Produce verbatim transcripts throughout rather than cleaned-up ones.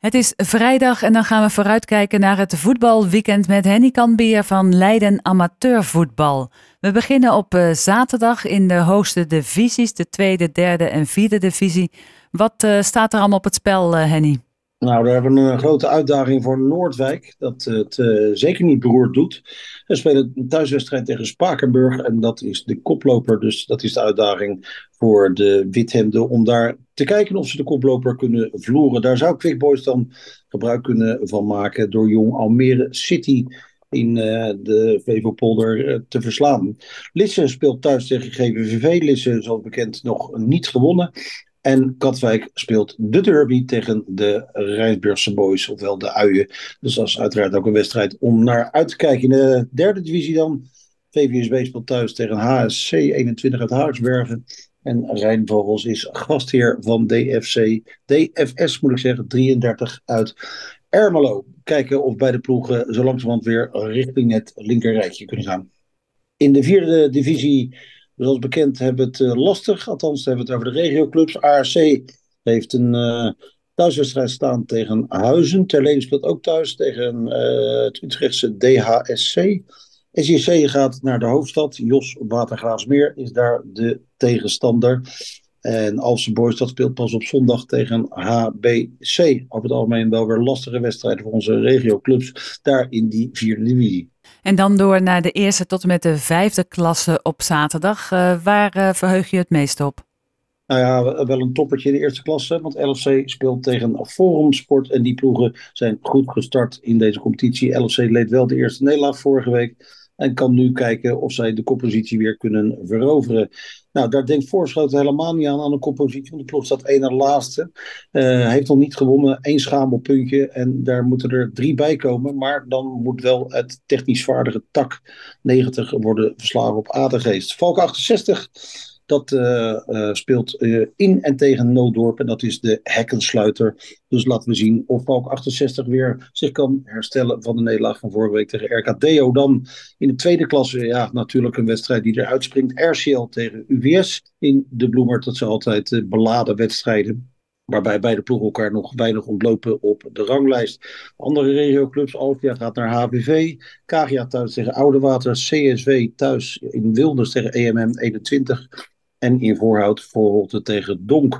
Het is vrijdag en dan gaan we vooruitkijken naar het voetbalweekend met Henny Kanbeer van Leiden Amateurvoetbal. We beginnen op uh, zaterdag in de hoogste divisies, de tweede, derde en vierde divisie. Wat uh, staat er allemaal op het spel, uh, Henny? Nou, daar hebben we een grote uitdaging voor Noordwijk, dat het uh, zeker niet beroerd doet. We spelen een thuiswedstrijd tegen Spakenburg en dat is de koploper. Dus dat is de uitdaging voor de Withemden om daar te kijken of ze de koploper kunnen vloeren. Daar zou Quick Boys dan gebruik kunnen van maken door Jong Almere City in uh, de Flevopolder uh, te verslaan. Lisse speelt thuis tegen G V V V. Lisse, zoals bekend, nog niet gewonnen. En Katwijk speelt de derby tegen de Rijnsburgse Boys, ofwel de Uien. Dus dat is uiteraard ook een wedstrijd om naar uit te kijken. In de derde divisie dan. V V S B speelt thuis tegen H S C eenentwintig uit Haaksbergen. En Rijnvogels is gastheer van D F C, D F S moet ik zeggen, drieëndertig uit Ermelo. Kijken of beide ploegen zo langzamerhand weer richting het linkerrijtje kunnen gaan. In de vierde divisie, zoals bekend, hebben we het uh, lastig. Althans, hebben we het over de regioclubs. A R C heeft een uh, thuiswedstrijd staan tegen Huizen. Terleen speelt ook thuis tegen uh, het Utrechtse D H S C. S J C gaat naar de hoofdstad. Jos Watergraafsmeer is daar de tegenstander. En Alphen Boys, dat speelt pas op zondag tegen H B C. Over het algemeen wel weer lastige wedstrijden voor onze regioclubs daar in die vierde divisie. En dan door naar de eerste tot en met de vijfde klasse op zaterdag. Uh, waar uh, verheug je het meest op? Nou ja, wel een toppertje in de eerste klasse. Want L F C speelt tegen Forum Sport. En die ploegen zijn goed gestart in deze competitie. L F C leed wel de eerste nederlaag vorige week. En kan nu kijken of zij de koppositie weer kunnen veroveren. Nou, daar denkt Voorschoten helemaal niet aan, aan de koppositie. Want de ploeg staat één na laatste. Uh, heeft nog niet gewonnen. Eén schamelpuntje. En daar moeten er drie bij komen. Maar dan moet wel het technisch vaardige T A C negentig worden verslagen op Adergeest. Valk achtenzestig. Dat uh, uh, speelt uh, in en tegen Nooddorp. En dat is de hekkensluiter. Dus laten we zien of Valk achtenzestig weer zich kan herstellen van de nederlaag van vorige week tegen R K D O. Dan in de tweede klasse, ja, natuurlijk een wedstrijd die eruit springt. R C L tegen U V S in de Bloemert. Dat zijn altijd uh, beladen wedstrijden. Waarbij beide ploegen elkaar nog weinig ontlopen op de ranglijst. Andere regioclubs, Altia gaat naar H V V. Kagia thuis tegen Oudewater. C S W thuis in Wilders tegen E M M eenentwintig. En in Voorhout Voorholte tegen Donk.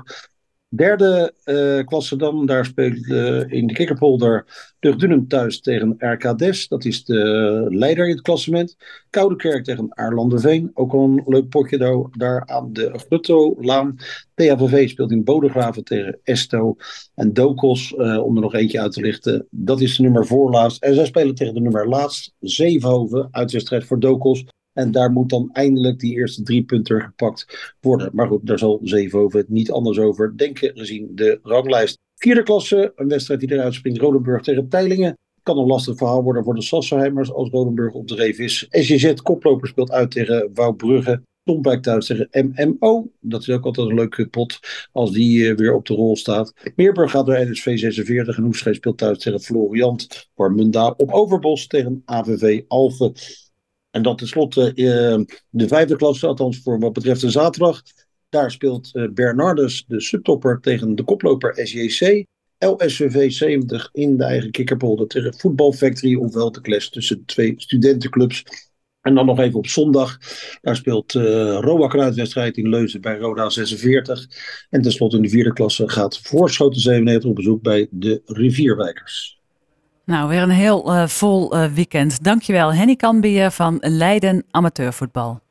Derde uh, klasse dan, daar speelt uh, in de Kikkerpolder Dugdunum thuis tegen R K D E S. Dat is de leider in het klassement. Koudekerk tegen Aarlanderveen. Ook al een leuk potje daar, daar aan de Grutto-laan. T H V V speelt in Bodegraven tegen Esto. En Dokos, uh, om er nog eentje uit te lichten, dat is de nummer voorlaatst. En zij spelen tegen de nummer laatst, Zevenhoven, uitwedstrijd voor Dokos. En daar moet dan eindelijk die eerste drie punten gepakt worden. Maar goed, daar zal Zevenhoven het niet anders over denken gezien de ranglijst. Vierde klasse, een wedstrijd die eruit springt. Rodenburg tegen Teylingen. Kan een lastig verhaal worden voor de Sassenheimers als Rodenburg op de reef is. S J Z koploper speelt uit tegen Wouwbrugge. Tompijk thuis tegen M M O. Dat is ook altijd een leuke pot als die uh, weer op de rol staat. Meerburg gaat door N S V zesenveertig. En Hoefscheid speelt thuis tegen Floriant. Warmunda op Overbos tegen A V V Alphen. En dan tenslotte uh, de vijfde klasse, althans voor wat betreft de zaterdag. Daar speelt uh, Bernardus, de subtopper, tegen de koploper S J C. L S V V zeventig in de eigen Kikkerpolder tegen Football Factory, ofwel de clash tussen twee studentenclubs. En dan nog even op zondag, daar speelt uh, Roak een uitwedstrijd in Leusden bij Roda zesenveertig. En tenslotte in de vierde klasse gaat Voorschoten zevenennegentig op bezoek bij de Rivierwijkers. Nou, weer een heel uh, vol uh, weekend. Dankjewel, Henny Kanbeer van Leiden Amateurvoetbal.